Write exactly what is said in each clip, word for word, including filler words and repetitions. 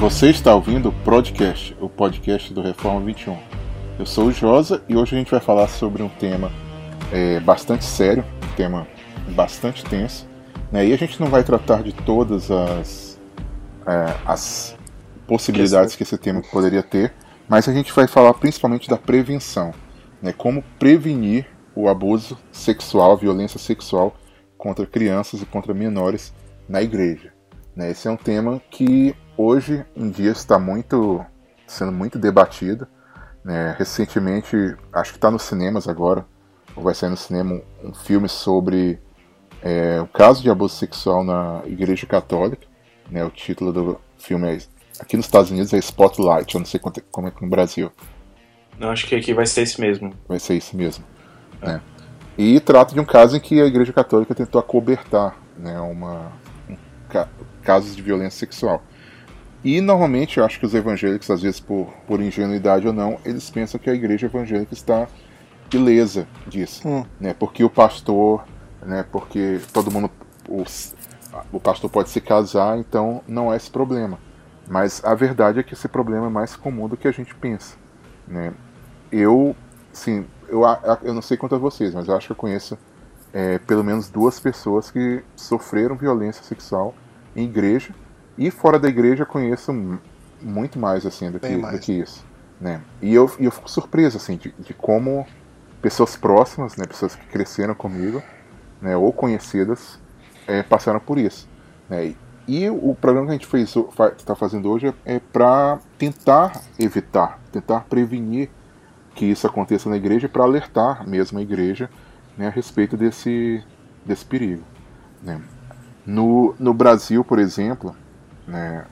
Você está ouvindo o podcast, o podcast do Reforma vinte e um. Eu sou o Josa e hoje a gente vai falar sobre um tema é, bastante sério, um tema bastante tenso, né? E a gente não vai tratar de todas as, é, as possibilidades que esse tema poderia ter, mas a gente vai falar principalmente da prevenção, né? Como prevenir o abuso sexual, a violência sexual contra crianças e contra menores na igreja. Né? Esse é um tema que hoje em dia está muito, sendo muito debatido. Né? Recentemente, acho que está nos cinemas agora, ou vai sair no cinema um, um filme sobre é, o caso de abuso sexual na Igreja Católica. Né? O título do filme é, aqui nos Estados Unidos é Spotlight, eu não sei quanto, como é que no Brasil. Não, acho que aqui vai ser esse mesmo. Vai ser esse mesmo. É. Né? E trata de um caso em que a Igreja Católica tentou acobertar, né, uma, um, ca, casos de violência sexual. E normalmente eu acho que os evangélicos, às vezes por, por ingenuidade ou não, eles pensam que a igreja evangélica está ilesa disso. Hum. Né, porque o pastor, né, porque todo mundo, o, o pastor pode se casar, então não há esse problema. Mas a verdade é que esse problema é mais comum do que a gente pensa. Né? Eu, sim, eu, eu não sei quanto a vocês, mas eu acho que eu conheço é, pelo menos duas pessoas que sofreram violência sexual em igreja. E fora da igreja eu conheço muito mais, assim, do, que, mais. do que isso. Né? E, eu, e eu fico surpreso assim, de, de como pessoas próximas, né, pessoas que cresceram comigo, né, ou conhecidas, é, passaram por isso. Né? E o programa que a gente fez, está fazendo hoje é, é para tentar evitar, tentar prevenir que isso aconteça na igreja, para alertar mesmo a igreja, né, a respeito desse, desse perigo. Né? No, no Brasil, por exemplo, né,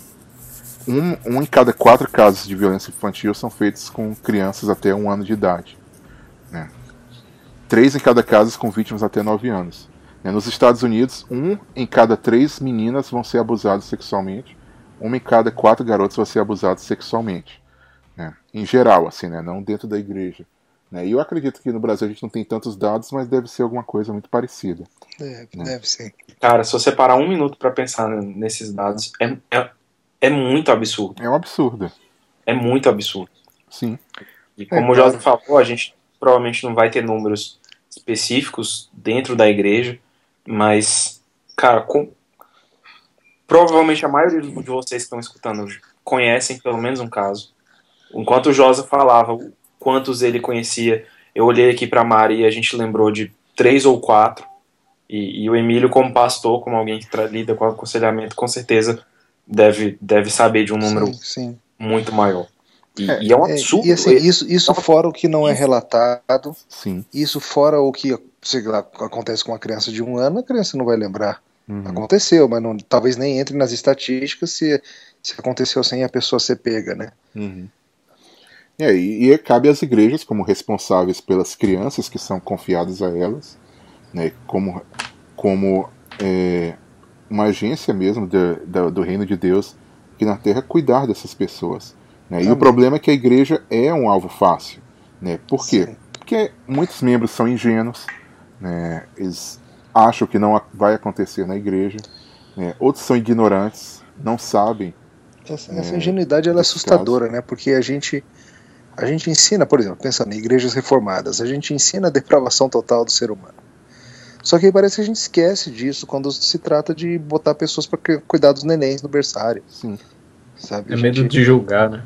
um, um em cada quatro casos de violência infantil são feitos com crianças até um ano de idade. Né? Três em cada caso com vítimas até nove anos. Né? Nos Estados Unidos, um em cada três meninas vão ser abusadas sexualmente, uma em cada quatro garotos vão ser abusados sexualmente. Né? Em geral, assim, né? Não dentro da igreja. Né? E eu acredito que no Brasil a gente não tem tantos dados, mas deve ser alguma coisa muito parecida. Deve, né? deve ser. Cara, se você parar um minuto pra pensar nesses dados, é, é, é muito absurdo. É um absurdo. É muito absurdo. Sim. E como é, o Jorge claro. falou, a gente provavelmente não vai ter números específicos dentro da igreja, mas, cara, com... provavelmente a maioria de vocês que estão escutando conhecem pelo menos um caso. Enquanto o Josa falava quantos ele conhecia, eu olhei aqui pra Mari e a gente lembrou de três ou quatro. E, e o Emílio, como pastor, como alguém que lida com aconselhamento, com certeza deve, deve saber de um número sim, sim. muito maior. E é, e é um absurdo. É, e assim, isso, isso fora o que não é relatado, sim. Isso fora o que sei lá, acontece com uma criança de um ano, a criança não vai lembrar. Uhum. Aconteceu, mas não, talvez nem entre nas estatísticas se, se aconteceu sem a pessoa ser pega, né? Uhum. É, e, e cabe às igrejas, como responsáveis pelas crianças que são confiadas a elas, né, como, como é, uma agência mesmo de, de, do reino de Deus aqui na Terra, cuidar dessas pessoas. Né? E o problema é que a igreja é um alvo fácil. Né? Por quê? Sim. Porque muitos membros são ingênuos, né? Eles acham que não vai acontecer na igreja, né? Outros são ignorantes, não sabem. Essa, essa ingenuidade ela é assustadora, caso. né? Porque a gente, a gente ensina, por exemplo, pensando em igrejas reformadas, a gente ensina a depravação total do ser humano. Só que aí parece que a gente esquece disso quando se trata de botar pessoas para cuidar dos nenéns no berçário. Sim. Sabe? É gente... medo de julgar, né?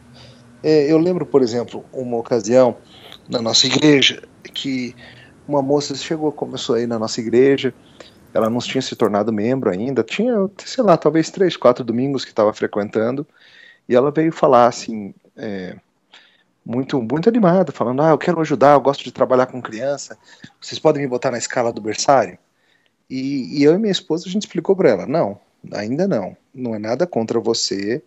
É, eu lembro, por exemplo, uma ocasião na nossa igreja que uma moça chegou, começou aí na nossa igreja, ela não tinha se tornado membro ainda, tinha, sei lá, talvez três, quatro domingos que estava frequentando, e ela veio falar assim, é, muito, muito animada, falando, ah, eu quero ajudar, eu gosto de trabalhar com criança, vocês podem me botar na escala do berçário? E, e eu e minha esposa, a gente explicou para ela, não, ainda não, não é nada contra você.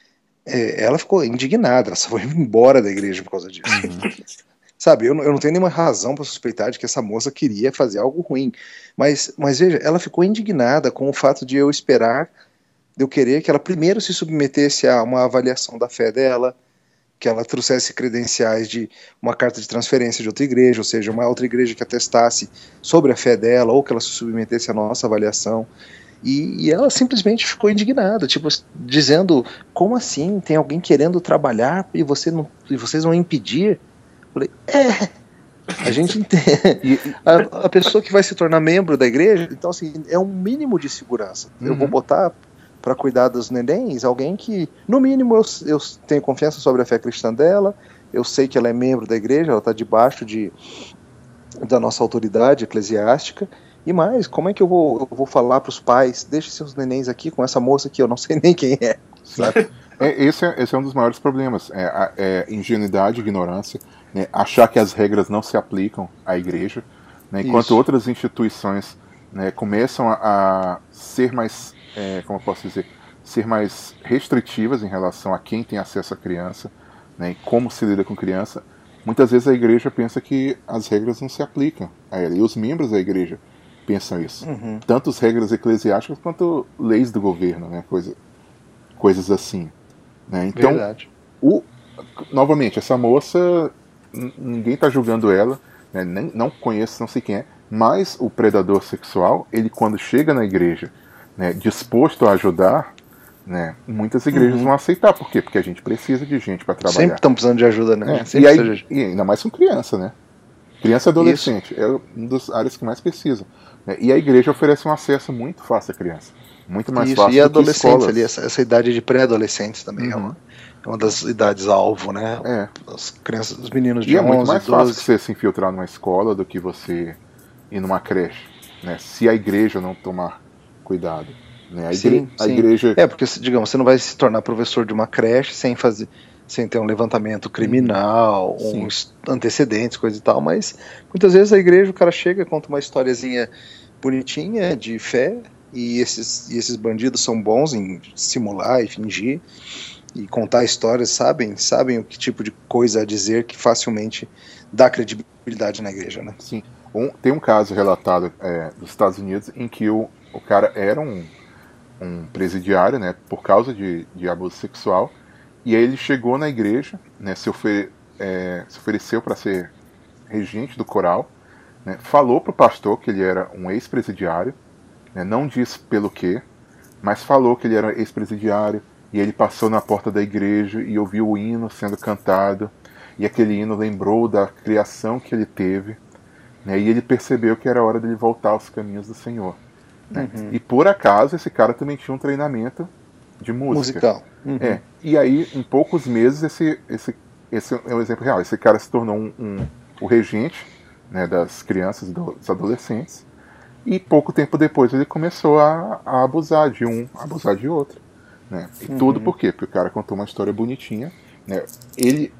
É, ela ficou indignada, ela só foi embora da igreja por causa disso. Uhum. Sabe, eu, eu não tenho nenhuma razão para suspeitar de que essa moça queria fazer algo ruim, mas, mas veja, ela ficou indignada com o fato de eu esperar, de eu querer que ela primeiro se submetesse a uma avaliação da fé dela, que ela trouxesse credenciais de uma carta de transferência de outra igreja, ou seja, uma outra igreja que atestasse sobre a fé dela, ou que ela se submetesse à nossa avaliação. E, e ela simplesmente ficou indignada, tipo, dizendo, como assim? Tem alguém querendo trabalhar e, você não, e vocês vão impedir? Eu falei, é, a gente entende. A, a pessoa que vai se tornar membro da igreja, então assim, é um mínimo de segurança. Uhum. Eu vou botar para cuidar dos nenéns alguém que, no mínimo, eu, eu tenho confiança sobre a fé cristã dela, eu sei que ela é membro da igreja, ela está debaixo de, da nossa autoridade eclesiástica. E mais, como é que eu vou, eu vou falar para os pais, deixe seus nenéns aqui com essa moça aqui, eu não sei nem quem é, sabe? É, esse, é, esse é um dos maiores problemas, é, a, é ingenuidade, ignorância, né, achar que as regras não se aplicam à igreja, né, enquanto Isso. outras instituições, né, começam a, a ser mais, é, como eu posso dizer, ser mais restritivas em relação a quem tem acesso à criança, né, e como se lida com criança. Muitas vezes a igreja pensa que as regras não se aplicam a ela, e os membros da igreja pensam isso. Uhum. Tanto as regras eclesiásticas quanto leis do governo, né? Coisa, coisas assim. Né? Então, Verdade. O, novamente, essa moça, ninguém está julgando ela, né? Nem, não conheço, não sei quem é, mas o predador sexual, ele quando chega na igreja, né, disposto a ajudar, né, muitas igrejas uhum. vão aceitar. Por quê? Porque a gente precisa de gente para trabalhar. Sempre estão precisando de ajuda, né? É. E, aí, e ainda mais com criança, né? Criança e adolescente, Isso. é uma das áreas que mais precisam. Né? E a igreja oferece um acesso muito fácil à criança. Muito mais Isso, fácil e do que escolas. Ali, essa, essa idade de pré-adolescentes também uhum. é, uma, é uma das idades alvo, né? É. As crianças, os meninos de e onze, é muito mais doze. fácil você se infiltrar numa escola do que você ir numa creche. Né? Se a igreja não tomar cuidado. Né? A, igre... sim, a sim. igreja. É, porque, digamos, você não vai se tornar professor de uma creche sem fazer. Sem ter um levantamento criminal, Sim. uns antecedentes, coisa e tal, mas muitas vezes a igreja, o cara chega, conta uma historiazinha bonitinha de fé, e esses, e esses bandidos são bons em simular e fingir, e contar histórias, sabem, sabem o que tipo de coisa a dizer que facilmente dá credibilidade na igreja, né? Sim. Um, tem um caso relatado é, dos Estados Unidos em que o, o cara era um, um presidiário, né, por causa de, de abuso sexual. E aí ele chegou na igreja, né, se, ofer é, se ofereceu para ser regente do coral, né, falou para o pastor que ele era um ex-presidiário, né, não disse pelo quê, mas falou que ele era ex-presidiário, e ele passou na porta da igreja e ouviu o hino sendo cantado, e aquele hino lembrou da criação que ele teve, né, e ele percebeu que era hora dele voltar aos caminhos do Senhor. Né. Uhum. E por acaso esse cara também tinha um treinamento de música. Musical. Uhum. É, e aí, em poucos meses, esse, esse, esse é um exemplo real. Esse cara se tornou um, um, o regente, né, das crianças e dos adolescentes, e pouco tempo depois ele começou a, a abusar de um, a abusar de outro. Né? E uhum. tudo por quê? Porque o cara contou uma história bonitinha. Né? Ele,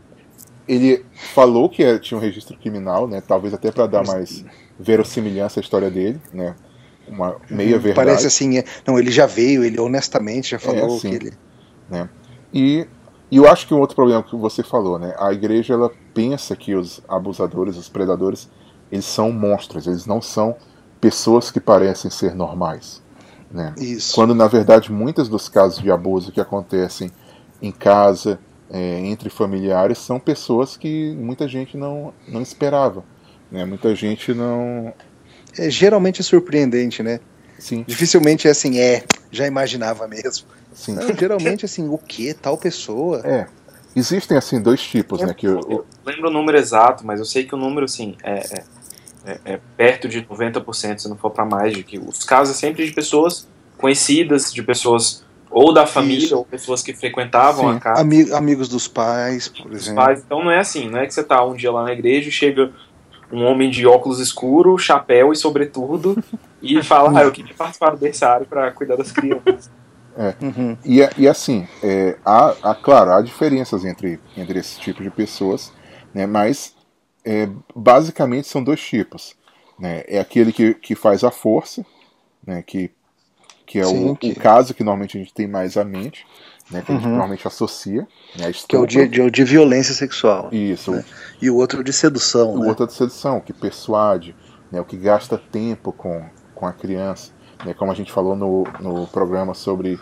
ele falou que era, tinha um registro criminal, né, talvez até para dar mais verossimilhança à história dele, né? Uma meia verdade. Parece assim, é, não, ele já veio, ele honestamente já falou é, assim, que ele... Né? E, e eu acho que um outro problema que você falou, né? A igreja ela pensa que os abusadores, os predadores, eles são monstros, eles não são pessoas que parecem ser normais. Né? Isso. Quando na verdade muitos dos casos de abuso que acontecem em casa, é, entre familiares, são pessoas que muita gente não, não esperava. Né? Muita gente não... É, geralmente é surpreendente, né? Sim. Dificilmente é assim, é, já imaginava mesmo. Sim. Não, geralmente assim, o que? Tal pessoa? É. Existem assim dois tipos, eu, né? Que eu, eu lembro o número exato, mas eu sei que o número assim é, é, é, é perto de noventa por cento, se não for para mais, de que os casos é sempre de pessoas conhecidas, de pessoas ou da família, Isso. ou pessoas que frequentavam Sim. a casa. Ami amigos dos pais, por dos exemplo. Pais. Então não é assim, não é que você tá um dia lá na igreja e chega um homem de óculos escuros, chapéu e sobretudo, e fala, ah, eu queria participar do berçário para cuidar das crianças. É. Uhum. E, e assim, é, há, há, claro, há diferenças entre, entre esse tipo de pessoas, né, mas é, basicamente são dois tipos. Né, é aquele que, que faz a força, né, que, que é Sim, o, que... o caso que normalmente a gente tem mais à mente, né, que a gente uhum. normalmente associa. Né, que é o de, de, de violência sexual. Isso. Né? E o outro de sedução. O né? outro é de sedução, que persuade, né, o que gasta tempo com, com a criança. Né, como a gente falou no, no programa sobre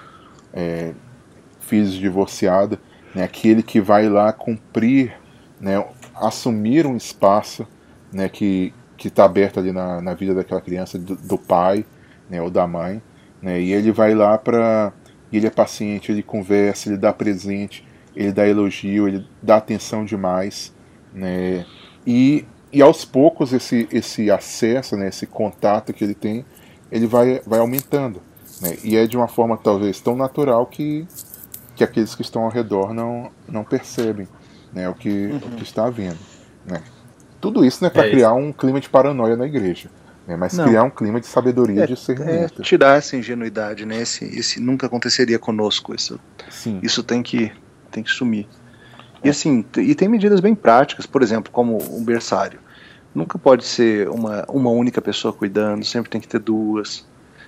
é, filhos divorciados, né, aquele que vai lá cumprir, né, assumir um espaço, né, que está aberto ali na, na vida daquela criança, do, do pai, né, ou da mãe, né? E ele vai lá para, ele é paciente, ele conversa, ele dá presente, ele dá elogio, ele dá atenção demais, né? E, e aos poucos esse, esse acesso, né, esse contato que ele tem, ele vai, vai aumentando, né? E é de uma forma talvez tão natural que, que aqueles que estão ao redor não, não percebem, né, o, que, uhum. o que está havendo, né? Tudo isso não é para é criar um clima de paranoia na igreja, né, mas não. criar um clima de sabedoria, é, de discernimento. É tirar essa ingenuidade, né? Esse, esse nunca aconteceria conosco. Isso, Sim. isso tem que, tem que sumir. É. E assim, e tem medidas bem práticas, por exemplo, como um berçário. Nunca pode ser uma, uma única pessoa cuidando, sempre tem que ter duas.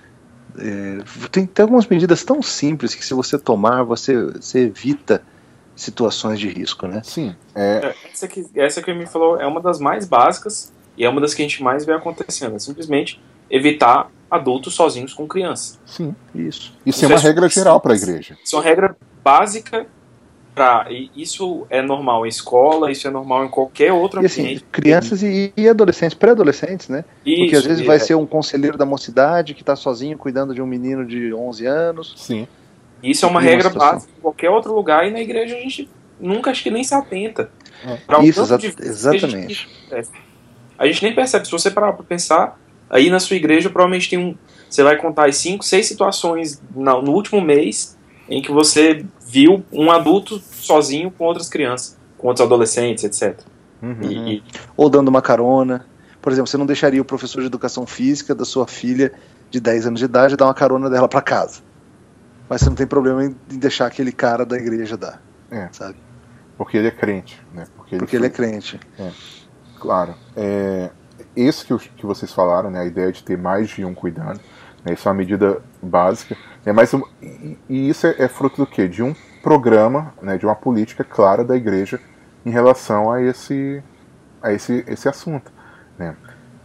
É, tem, tem algumas medidas tão simples que se você tomar, você, você evita situações de risco, né? Sim. É... Essa, que, essa que me falou é uma das mais básicas e é uma das que a gente mais vê acontecendo. É simplesmente evitar adultos sozinhos com criança. Sim. Isso. Isso, isso é uma é regra geral para a igreja. Isso é uma regra básica. Pra, e isso é normal em escola, isso é normal em qualquer outro e, assim, ambiente. Crianças e, e adolescentes, pré-adolescentes, né? Isso, porque às vezes é. vai ser um conselheiro da mocidade que está sozinho cuidando de um menino de onze anos. Sim. Isso é uma regra básica em qualquer outro lugar e na igreja a gente nunca, acho que nem se atenta. É. Isso, exa exatamente. A gente, a gente nem percebe. Se você parar para pensar, aí na sua igreja provavelmente tem um... Você vai contar as cinco, seis situações no, no último mês em que você viu um adulto sozinho com outras crianças, com outros adolescentes, etcétera. Uhum. E, e... Ou dando uma carona. Por exemplo, você não deixaria o professor de educação física da sua filha de dez anos de idade dar uma carona dela para casa. Mas você não tem problema em deixar aquele cara da igreja dar. É. Sabe? Porque ele é crente, né? Porque ele, Porque ele é crente. É. Claro. É... Isso que, que vocês falaram, né? A ideia de ter mais de um cuidando, né? Isso é uma medida básica. É mais um... E, e isso é, é fruto do quê? De um programa, né? De uma política clara da igreja em relação a esse, a esse, esse assunto, né?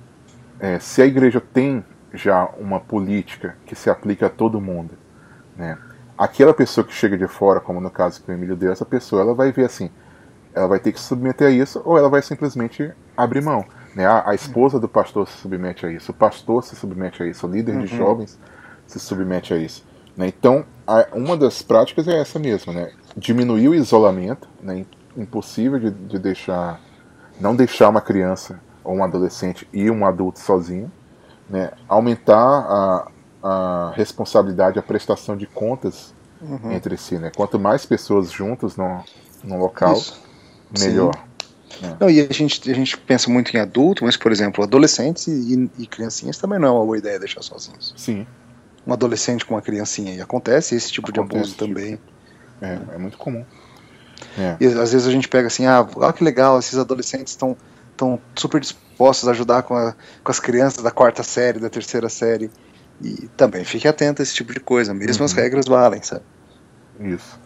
É, se a igreja tem já uma política que se aplica a todo mundo, né? Aquela pessoa que chega de fora, como no caso que o Emílio deu, essa pessoa ela vai ver assim, ela vai ter que se submeter a isso ou ela vai simplesmente abrir mão, né? A, a esposa do pastor se submete a isso, o pastor se submete a isso, o líder uhum. de jovens se submete a isso, né? Então, a, uma das práticas é essa mesmo, né? Diminuir o isolamento, né? Impossível de, de deixar, não deixar uma criança ou um adolescente e um adulto sozinho, né? Aumentar a a responsabilidade, a prestação de contas uhum. entre si, né? Quanto mais pessoas juntas no, no local, Isso. melhor. Né? Não, e a gente, a gente pensa muito em adulto, mas, por exemplo, adolescentes e, e criancinhas também não é uma boa ideia deixar sozinhos. Sim. Um adolescente com uma criancinha, e acontece esse tipo acontece de abuso tipo. também. É, é muito comum. É. E às vezes a gente pega assim, ah, olha que legal, esses adolescentes estão estão super dispostos a ajudar com, a, com as crianças da quarta série, da terceira série. E também fique atento a esse tipo de coisa, mesmo uhum. as regras valem, sabe? Isso.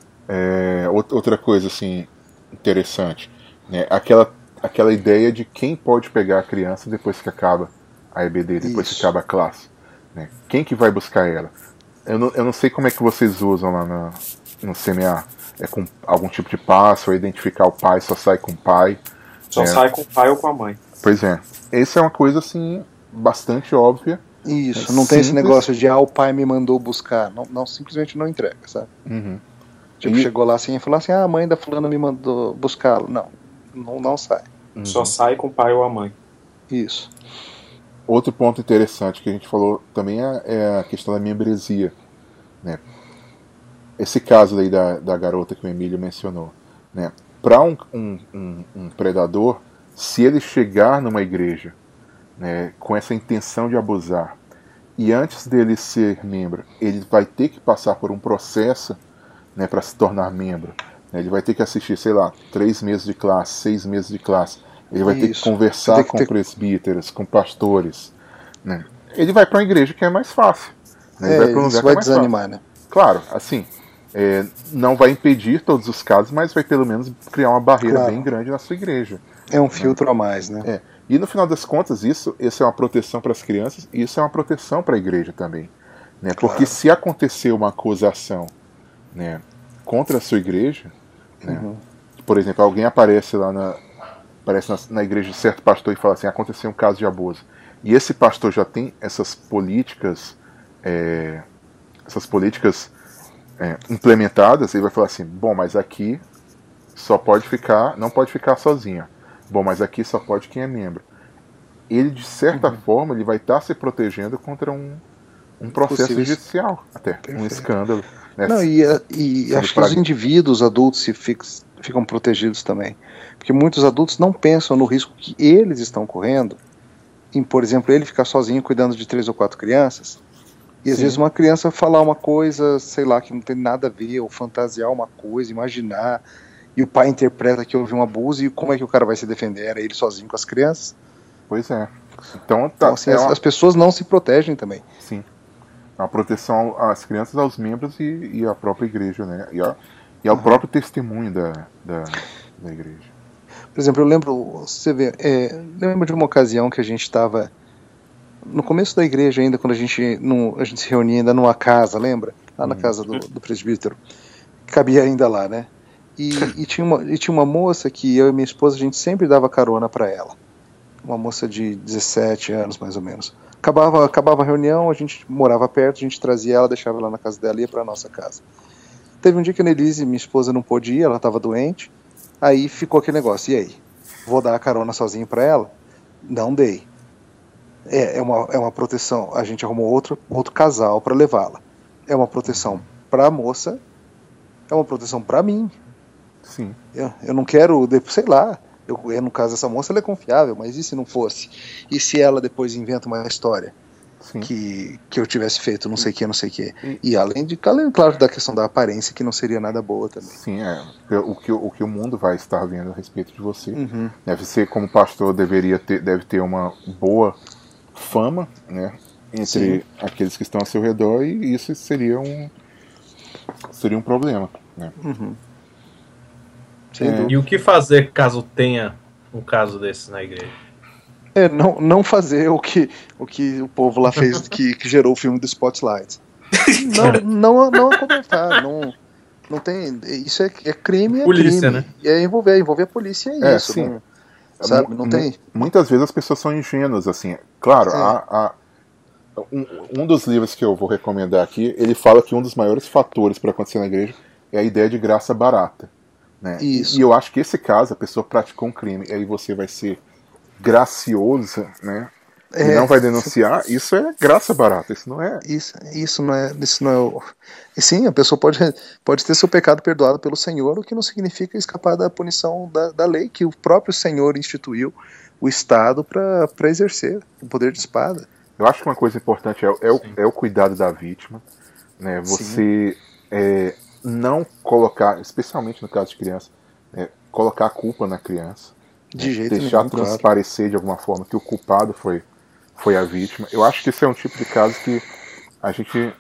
É, outra coisa assim interessante, né? Aquela, aquela ideia de quem pode pegar a criança depois que acaba a E B D, depois Isso. que acaba a classe, né? Quem que vai buscar ela? Eu não, eu não sei como é que vocês usam lá na, no C M A. É com algum tipo de passo, ou identificar o pai, só sai com o pai. Só é. sai com o pai ou com a mãe. Pois é. Essa é uma coisa assim bastante óbvia. Isso, é não tem simples. Esse negócio de ah, o pai me mandou buscar. Não, não simplesmente não entrega, sabe? Uhum. Tipo, e... chegou lá assim e falou assim, ah, a mãe da fulana me mandou buscá-lo. Não, não, não sai. Uhum. Só sai com o pai ou a mãe. Isso. Outro ponto interessante que a gente falou também é, é a questão da membresia, né? Esse caso aí da, da garota que o Emílio mencionou, né? Para um, um, um, um predador, se ele chegar numa igreja, né, com essa intenção de abusar, e antes dele ser membro, ele vai ter que passar por um processo, né, para se tornar membro, né, ele vai ter que assistir, sei lá, três meses de classe, seis meses de classe, ele vai Isso. ter que conversar ter que com ter... presbíteros, com pastores, né. Ele vai para uma igreja que é mais fácil, né, é, ele vai para um lugar isso que vai é mais desanimar, fácil. Né? Claro, assim, é, não vai impedir todos os casos, mas vai pelo menos criar uma barreira claro. bem grande na sua igreja. É um filtro né? a mais, né? É. E no final das contas, isso, isso é uma proteção para as crianças e isso é uma proteção para a igreja também. Né? Porque claro. se acontecer uma acusação, né, contra a sua igreja, né, uhum. por exemplo, alguém aparece lá na, aparece na, na igreja de certo pastor e fala assim, aconteceu um caso de abuso. E esse pastor já tem essas políticas é, essas políticas é, implementadas, ele vai falar assim, bom, mas aqui só pode ficar, não pode ficar sozinho. Bom, mas aqui só pode quem é membro. Ele, de certa uhum. forma, ele vai estar se protegendo contra um, um processo Possível. judicial, até, Perfeito. um escândalo. Né? Não, e, e acho que os indivíduos adultos se fix, ficam protegidos também. Porque muitos adultos não pensam no risco que eles estão correndo em, por exemplo, ele ficar sozinho cuidando de três ou quatro crianças. E às Sim. vezes uma criança falar uma coisa, sei lá, que não tem nada a ver, ou fantasiar uma coisa, imaginar, e o pai interpreta que houve um abuso, e como é que o cara vai se defender? Era ele sozinho com as crianças? Pois é. Então, tá, então assim, é as, uma... as pessoas não se protegem também. Sim. A proteção às crianças, aos membros e, e à própria igreja, né? E, a, e ao uhum. próprio testemunho da, da, da igreja. Por exemplo, eu lembro, você vê, é, lembro de uma ocasião que a gente estava no começo da igreja ainda, quando a gente, no, a gente se reunia ainda numa casa, lembra? Lá na hum. casa do, do presbítero. Cabia ainda lá, né? E, e, tinha uma, e tinha uma moça que eu e minha esposa, a gente sempre dava carona para ela. Uma moça de dezessete anos, mais ou menos. Acabava, acabava a reunião, a gente morava perto, a gente trazia ela, deixava ela na casa dela e ia para nossa casa. Teve um dia que a Nelise, minha esposa, não pôde ir, ela estava doente. Aí ficou aquele negócio, e aí? Vou dar a carona sozinho para ela? Não dei. É, é, uma, é uma proteção, a gente arrumou outro, outro casal para levá-la. É uma proteção para a moça, é uma proteção para mim. Sim. Eu, eu não quero, sei lá, eu, eu, no caso dessa moça ela é confiável, mas e se não fosse? E se ela depois inventa uma história que, que eu tivesse feito não sei o que, não sei o que? E além de, além, claro, da questão da aparência, que não seria nada boa também. Sim, é. O que o, que o mundo vai estar vendo a respeito de você. Uhum. Deve ser, como pastor, deveria ter, deve ter uma boa fama, né, entre Sim. aqueles que estão ao seu redor, e isso seria um seria um problema, né? Uhum. É. E o que fazer caso tenha um caso desse na igreja? É, não, não fazer o que, o que o povo lá fez, que, que gerou o filme do Spotlight. Não, não, não acobertar, não, não tem, isso é, é crime, é polícia, crime. Né? É envolver, envolver a polícia, é, é isso, sim. não, sabe, não tem... Muitas vezes as pessoas são ingênuas, assim, claro, a, a, um, um dos livros que eu vou recomendar aqui, ele fala que um dos maiores fatores para acontecer na igreja é a ideia de graça barata. Né? Isso. E eu acho que esse caso, a pessoa praticou um crime, e aí você vai ser graciosa, né? E é, não vai denunciar, isso... isso é graça barata, isso não é. Isso, isso não é. Isso não é o... E sim, a pessoa pode, pode ter seu pecado perdoado pelo Senhor, o que não significa escapar da punição da, da lei que o próprio Senhor instituiu o Estado para exercer o poder de espada. Eu acho que uma coisa importante é, é, o, é o cuidado da vítima, né? Você é, não colocar, especialmente no caso de criança, é, colocar a culpa na criança. De né? jeito Deixar nenhum, transparecer claro. de alguma forma que o culpado foi, foi a vítima. Eu acho que esse é um tipo de caso que a gente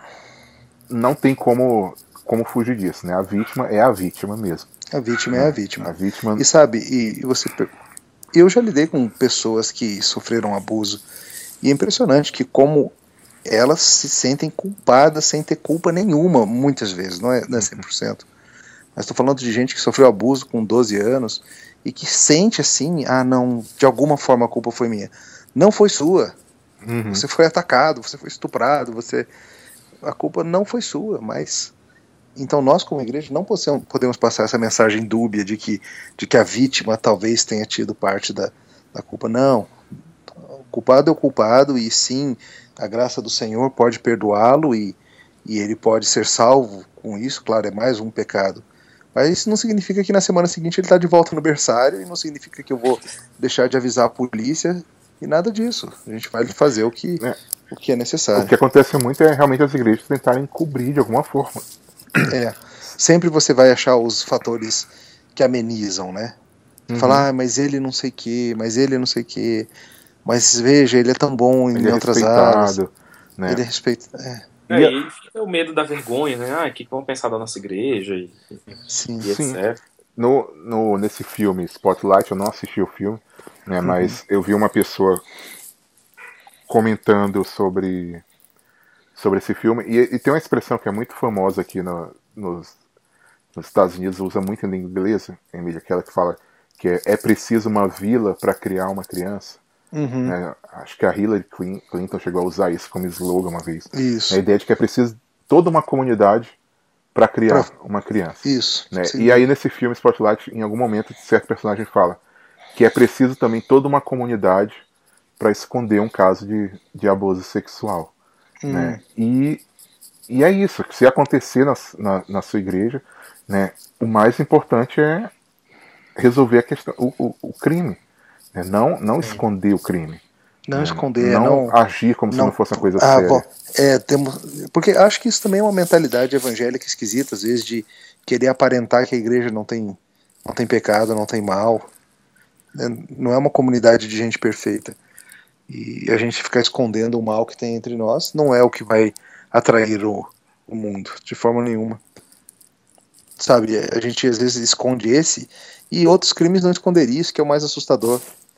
não tem como, como fugir disso, né? A vítima é a vítima mesmo. A vítima né? é a vítima. A vítima... E sabe, e, e você... Eu já lidei com pessoas que sofreram abuso, e é impressionante que como elas se sentem culpadas sem ter culpa nenhuma, muitas vezes, não é, não é cem por cento. Mas estou falando de gente que sofreu abuso com doze anos e que sente assim, ah não, de alguma forma a culpa foi minha. Não foi sua. Uhum. Você foi atacado, você foi estuprado, você... a culpa não foi sua, mas... Então nós como igreja não podemos passar essa mensagem dúbia de que, de que a vítima talvez tenha tido parte da, da culpa. Não. O culpado é o culpado, e sim, a graça do Senhor pode perdoá-lo e, e ele pode ser salvo com isso. Claro, é mais um pecado. Mas isso não significa que na semana seguinte ele está de volta no berçário, e não significa que eu vou deixar de avisar a polícia, e nada disso. A gente vai fazer o que é, o que é necessário. O que acontece muito é realmente as igrejas tentarem cobrir de alguma forma. É, sempre você vai achar os fatores que amenizam, né? Uhum. Falar, ah, mas ele não sei o que, mas ele não sei o que, mas veja, ele é tão bom em ele outras é áreas. Né? Ele é respeitado. É. É, e fica o medo da vergonha, né? Ah, o que vão pensar da nossa igreja? E, sim, e sim. etcétera. No, no, nesse filme Spotlight, eu não assisti o filme, né? Uhum. Mas eu vi uma pessoa comentando sobre sobre esse filme, e, e tem uma expressão que é muito famosa aqui no, nos, nos Estados Unidos, usa muito em língua inglesa, Emília, aquela que fala que é, é preciso uma vila para criar uma criança. Uhum. Né? Acho que a Hillary Clinton chegou a usar isso como slogan uma vez. Isso. A ideia de que é preciso toda uma comunidade para criar pra... uma criança. Isso. Né? Sim. E aí nesse filme Spotlight, em algum momento, certo personagem fala que é preciso também toda uma comunidade para esconder um caso de, de abuso sexual. Hum. Né? E, e é isso, se acontecer na, na, na sua igreja, né, o mais importante é resolver a questão, o, o, o crime. Né? Não, não esconder o crime. Não né? esconder, não, não agir como não, se não fosse uma coisa ah, séria. Bom, é, temos, porque acho que isso também é uma mentalidade evangélica esquisita, às vezes, de querer aparentar que a igreja não tem, não tem pecado, não tem mal. Não é uma comunidade de gente perfeita. E a gente ficar escondendo o mal que tem entre nós não é o que vai atrair o, o mundo, de forma nenhuma. Sabe, a gente às vezes esconde esse e outros crimes não esconderia, isso que é o mais assustador.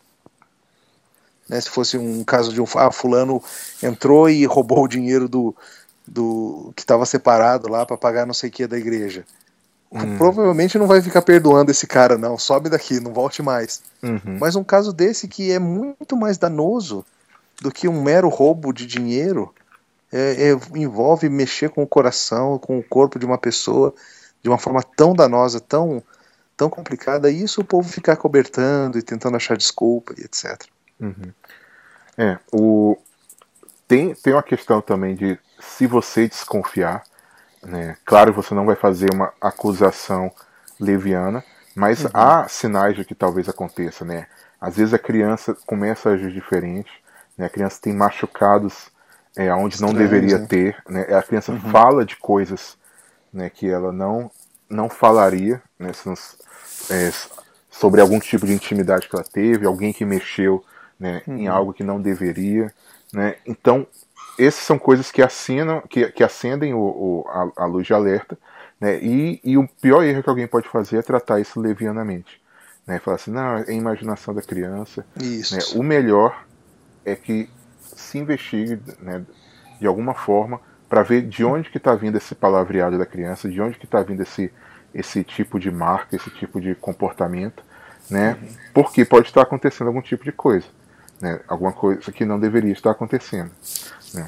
Né, se fosse um caso de um ah, fulano entrou e roubou o dinheiro do, do que estava separado lá para pagar não sei o que da igreja. Hum. Provavelmente não vai ficar perdoando esse cara, não. Sobe daqui, não volte mais. Uhum. Mas um caso desse que é muito mais danoso do que um mero roubo de dinheiro, é, é, envolve mexer com o coração, com o corpo de uma pessoa de uma forma tão danosa, tão, tão complicada. E isso o povo ficar cobertando e tentando achar desculpa e etcétera. Uhum. É, o... tem, tem uma questão também de se você desconfiar, né, claro, você não vai fazer uma acusação leviana, mas uhum. há sinais de que talvez aconteça, né? Às vezes a criança começa a agir diferente, né? A criança tem machucados é, onde não deveria né? ter, né? A criança uhum. fala de coisas, né, que ela não, não falaria, né, é, sobre algum tipo de intimidade que ela teve, alguém que mexeu, né, uhum. em algo que não deveria, né? Então essas são coisas que assinam, que, que acendem o, o, a, a luz de alerta, né? E, e o pior erro que alguém pode fazer é tratar isso levianamente, né? Falar assim, não, é a imaginação da criança. Isso. Né? O melhor é que se investigue, né, de alguma forma para ver de onde que está vindo esse palavreado da criança, de onde que está vindo esse, esse tipo de marca, esse tipo de comportamento, né? Uhum. Porque pode estar acontecendo algum tipo de coisa, né? Alguma coisa que não deveria estar acontecendo. É.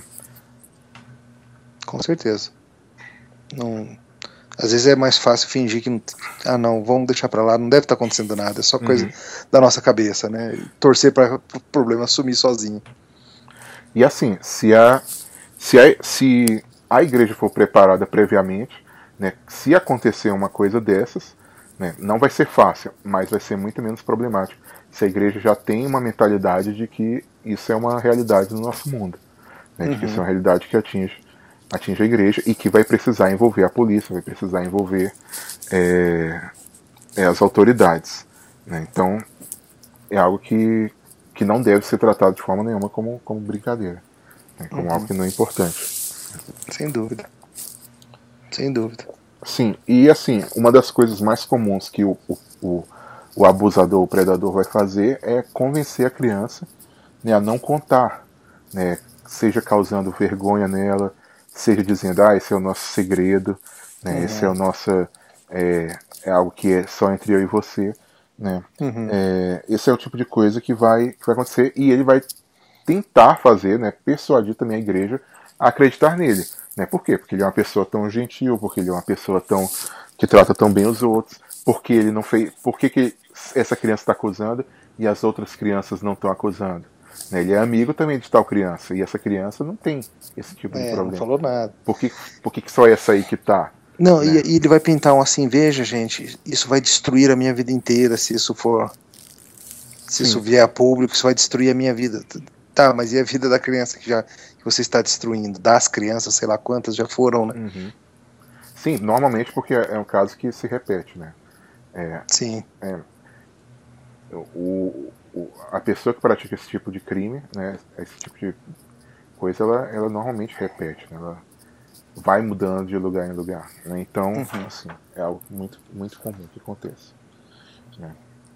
Com certeza. Não, às vezes é mais fácil fingir que não, ah não, vamos deixar pra lá, não deve estar acontecendo nada, é só coisa uhum. da nossa cabeça, né? E torcer para o problema sumir sozinho. E assim, se a, se a, se a igreja for preparada previamente, né, se acontecer uma coisa dessas, né, não vai ser fácil, mas vai ser muito menos problemático se a igreja já tem uma mentalidade de que isso é uma realidade no nosso mundo. Né, de que isso é uma realidade que atinge, atinge a igreja e que vai precisar envolver a polícia, vai precisar envolver é, é, as autoridades. Né? Então, é algo que, que não deve ser tratado de forma nenhuma como, como brincadeira, né? Como uhum. algo que não é importante. Sem dúvida. Sem dúvida. Sim, e assim, uma das coisas mais comuns que o, o, o, o abusador, o predador vai fazer é convencer a criança, né, a não contar, né? Seja causando vergonha nela, seja dizendo, ah, esse é o nosso segredo, né? Uhum. Esse é o nosso, é, é algo que é só entre eu e você, né? Uhum. É, esse é o tipo de coisa que vai, que vai acontecer e ele vai tentar fazer, né, persuadir também a igreja a acreditar nele, né? Por quê? Porque ele é uma pessoa tão gentil, porque ele é uma pessoa tão que trata tão bem os outros, porque ele não fez, por que, que essa criança está acusando e as outras crianças não estão acusando? Ele é amigo também de tal criança, e essa criança não tem esse tipo é, de problema. Não falou nada. Por que, por que só essa aí que tá? Não, né? e, e ele vai pintar um assim, veja, gente, isso vai destruir a minha vida inteira se isso for. Se Sim. isso vier a público, isso vai destruir a minha vida. Tá, mas e a vida da criança que, já, que você está destruindo? Das crianças, sei lá quantas já foram, né? Uhum. Sim, normalmente porque é um caso que se repete, né? É, Sim. É, o, o, a pessoa que pratica esse tipo de crime, né, esse tipo de coisa, ela, ela normalmente repete, né, ela vai mudando de lugar em lugar, né, então, uhum. assim, é algo muito, muito comum que aconteça. Né.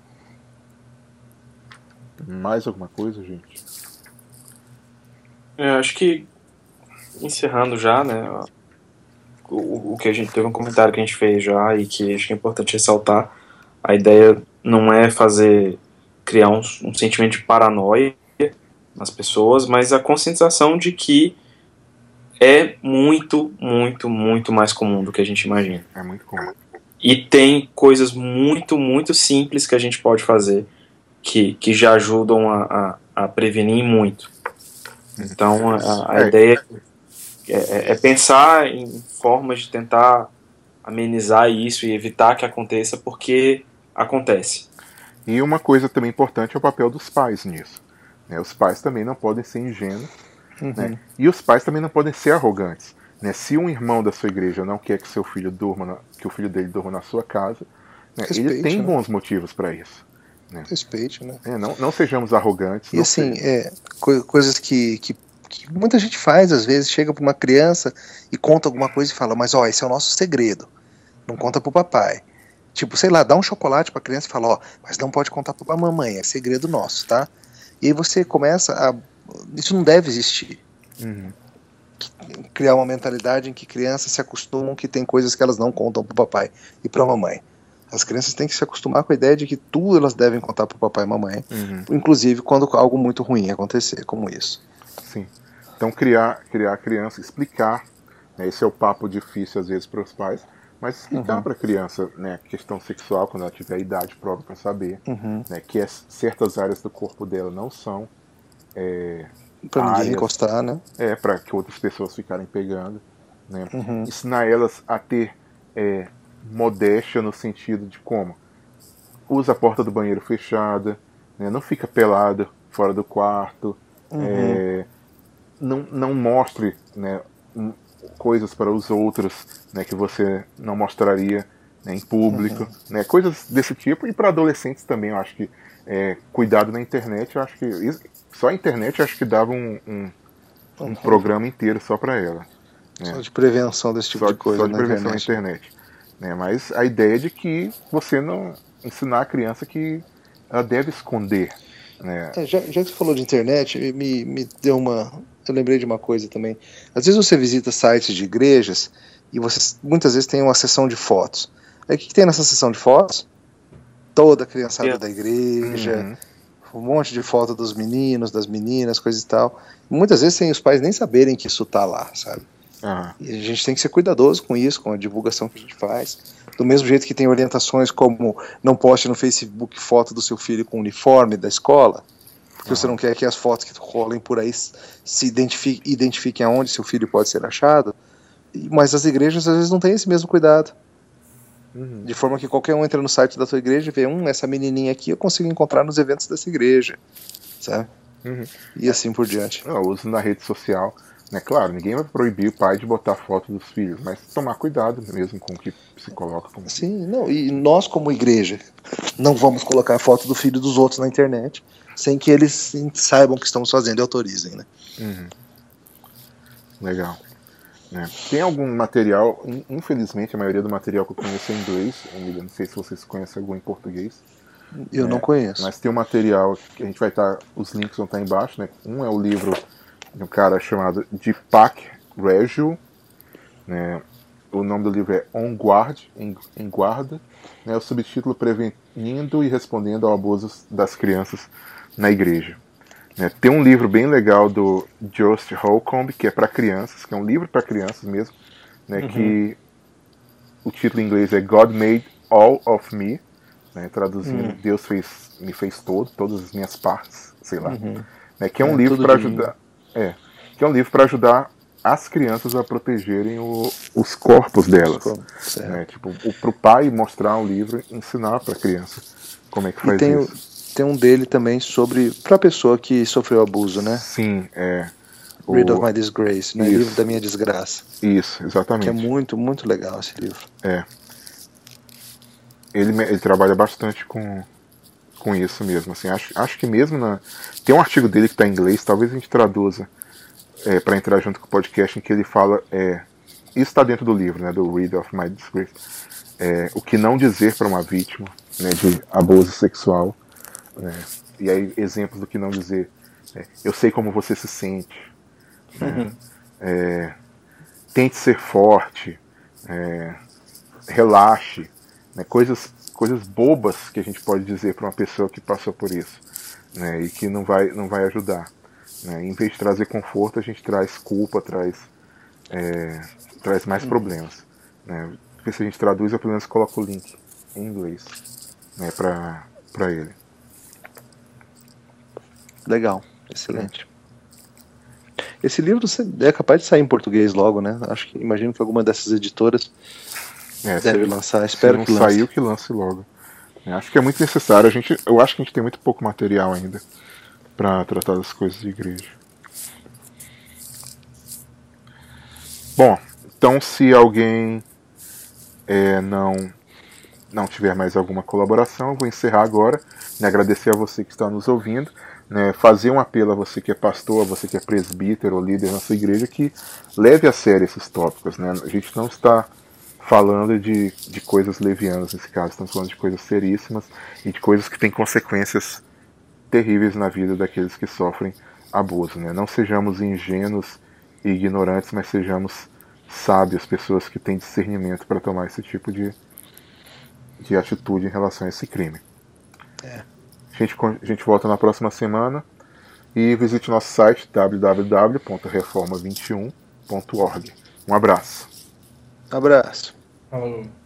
Mais alguma coisa, gente? Eu acho que, encerrando já, né, o, o que a gente teve um comentário que a gente fez já e que acho que é importante ressaltar, a ideia não é fazer criar um, um sentimento de paranoia, nas pessoas, mas a conscientização de que é muito, muito, muito mais comum do que a gente imagina. É muito comum. E tem coisas muito, muito simples que a gente pode fazer que, que já ajudam a, a, a prevenir muito. Então, a, a é. ideia é, é pensar em formas de tentar amenizar isso e evitar que aconteça, porque acontece. E uma coisa também importante é o papel dos pais nisso. Né? Os pais também não podem ser ingênuos. Uhum. Né? E os pais também não podem ser arrogantes. Né? Se um irmão da sua igreja não quer que seu filho durma, na, que o filho dele durma na sua casa, né? Respeite, ele tem né? bons motivos para isso. Né? Respeite, né? É, não, não sejamos arrogantes. E assim, é, co coisas que, que, que muita gente faz, às vezes, chega para uma criança e conta alguma coisa e fala, mas ó, esse é o nosso segredo. Não conta pro papai. Tipo, sei lá, dá um chocolate pra criança e fala, ó, mas não pode contar pra mamãe, é segredo nosso, tá? E aí você começa a... Isso não deve existir. Uhum. Criar uma mentalidade em que crianças se acostumam que tem coisas que elas não contam pro papai e pra mamãe. As crianças têm que se acostumar com a ideia de que tudo elas devem contar pro papai e mamãe, uhum. inclusive quando algo muito ruim acontecer, como isso. Sim. Então criar, criar a criança, explicar, né, esse é o papo difícil às vezes para os pais, mas explicar uhum. para a criança, né, a questão sexual quando ela tiver a idade própria para saber, uhum. né, que as, certas áreas do corpo dela não são é, para ninguém encostar, né? É, para que outras pessoas ficarem pegando, né? Uhum. Ensinar elas a ter é, modéstia no sentido de como usa a porta do banheiro fechada, né, não fica pelada fora do quarto, uhum. é, não, não mostre, né, coisas para os outros, né, que você não mostraria, né, em público, uhum. né, coisas desse tipo. E para adolescentes também, eu acho que é, cuidado na internet, eu acho que isso, só a internet eu acho que dava um, um, um uhum. programa inteiro só para ela, né? Só de prevenção desse tipo só, de coisa só de na prevenção internet. na internet, né? Mas a ideia de que você não ensinar a criança que ela deve esconder, né? É, já, já que você falou de internet, me, me deu uma... Eu lembrei de uma coisa também. Às vezes você visita sites de igrejas e você muitas vezes tem uma sessão de fotos. Aí o que, que tem nessa sessão de fotos? Toda a criançada yeah. da igreja, uhum. um monte de foto dos meninos, das meninas, coisas e tal. Muitas vezes sem os pais nem saberem que isso tá lá, sabe? Uhum. E a gente tem que ser cuidadoso com isso, com a divulgação que a gente faz. Do mesmo jeito que tem orientações como não poste no Facebook foto do seu filho com o uniforme da escola, porque uhum. você não quer que as fotos que rolem por aí se identifiquem, identifiquem aonde seu filho pode ser achado. Mas as igrejas às vezes não têm esse mesmo cuidado. Uhum. De forma que qualquer um entra no site da tua igreja e vê, hum, essa menininha aqui eu consigo encontrar nos eventos dessa igreja, sabe? Uhum. E assim por diante. Eu uso na rede social, né? Claro, ninguém vai proibir o pai de botar foto dos filhos, mas tomar cuidado mesmo com o que se coloca. Como... Sim, não, e nós como igreja não vamos colocar a foto do filho dos outros na internet sem que eles saibam o que estamos fazendo e autorizem, né? Uhum. Legal. É. Tem algum material, infelizmente a maioria do material que eu conheço é em inglês, eu não sei se vocês conhecem algum em português. Eu é, não conheço. Mas tem um material que a gente vai estar, os links vão estar embaixo, né? Um é o livro de um cara chamado Deepak Raju, né? O nome do livro é On Guard, em, em guarda, né? O subtítulo Prevenindo e Respondendo ao Abuso das Crianças na Igreja. Tem um livro bem legal do Jost Holcomb, que é para crianças, que é um livro para crianças mesmo, né, uhum. que o título em inglês é God Made All of Me, né, traduzindo, uhum. Deus fez, me fez todo, todas as minhas partes, sei lá, uhum. né, que é um é, livro para ajudar, é, que é um livro para ajudar as crianças a protegerem o, os corpos delas, os né, tipo, para o pai mostrar o livro, ensinar para a criança como é que faz tem isso. O... Tem um dele também sobre para a pessoa que sofreu abuso, né? Sim, é. O... Rid of My Disgrace, né? Livro da Minha Desgraça. Isso, exatamente. Que é muito, muito legal esse livro. É. Ele, ele trabalha bastante com, com isso mesmo. Assim, acho, acho que mesmo na. Tem um artigo dele que está em inglês, talvez a gente traduza é, para entrar junto com o podcast, em que ele fala. É, isso está dentro do livro, né? Do Rid of My Disgrace. É, o que não dizer para uma vítima, né, de abuso sexual. É, e aí exemplos do que não dizer. É, eu sei como você se sente. Né? Uhum. É, tente ser forte. É, relaxe. Né? Coisas, coisas bobas que a gente pode dizer para uma pessoa que passou por isso, né? E que não vai, não vai ajudar. Né? Em vez de trazer conforto, a gente traz culpa, traz, é, traz mais problemas. Né? Porque se a gente traduz, eu pelo menos coloco o link em inglês, né, para ele. Legal, excelente. Esse livro é capaz de sair em português logo, né? Acho que imagino que alguma dessas editoras é, deve se, lançar. Espero se que não saiu, que lance logo. Eu acho que é muito necessário. A gente, eu acho que a gente tem muito pouco material ainda para tratar das coisas de igreja. Bom, então se alguém é, não não tiver mais alguma colaboração, eu vou encerrar agora. Né, agradecer a você que está nos ouvindo. Né, fazer um apelo a você que é pastor, a você que é presbítero ou líder na sua igreja, que leve a sério esses tópicos. Né? A gente não está falando de, de coisas levianas nesse caso, estamos falando de coisas seríssimas e de coisas que têm consequências terríveis na vida daqueles que sofrem abuso. Né? Não sejamos ingênuos e ignorantes, mas sejamos sábios, pessoas que têm discernimento para tomar esse tipo de, de atitude em relação a esse crime. É. A gente, a gente volta na próxima semana e visite nosso site w w w ponto reforma vinte e um ponto org. Um abraço. Um abraço. Falou.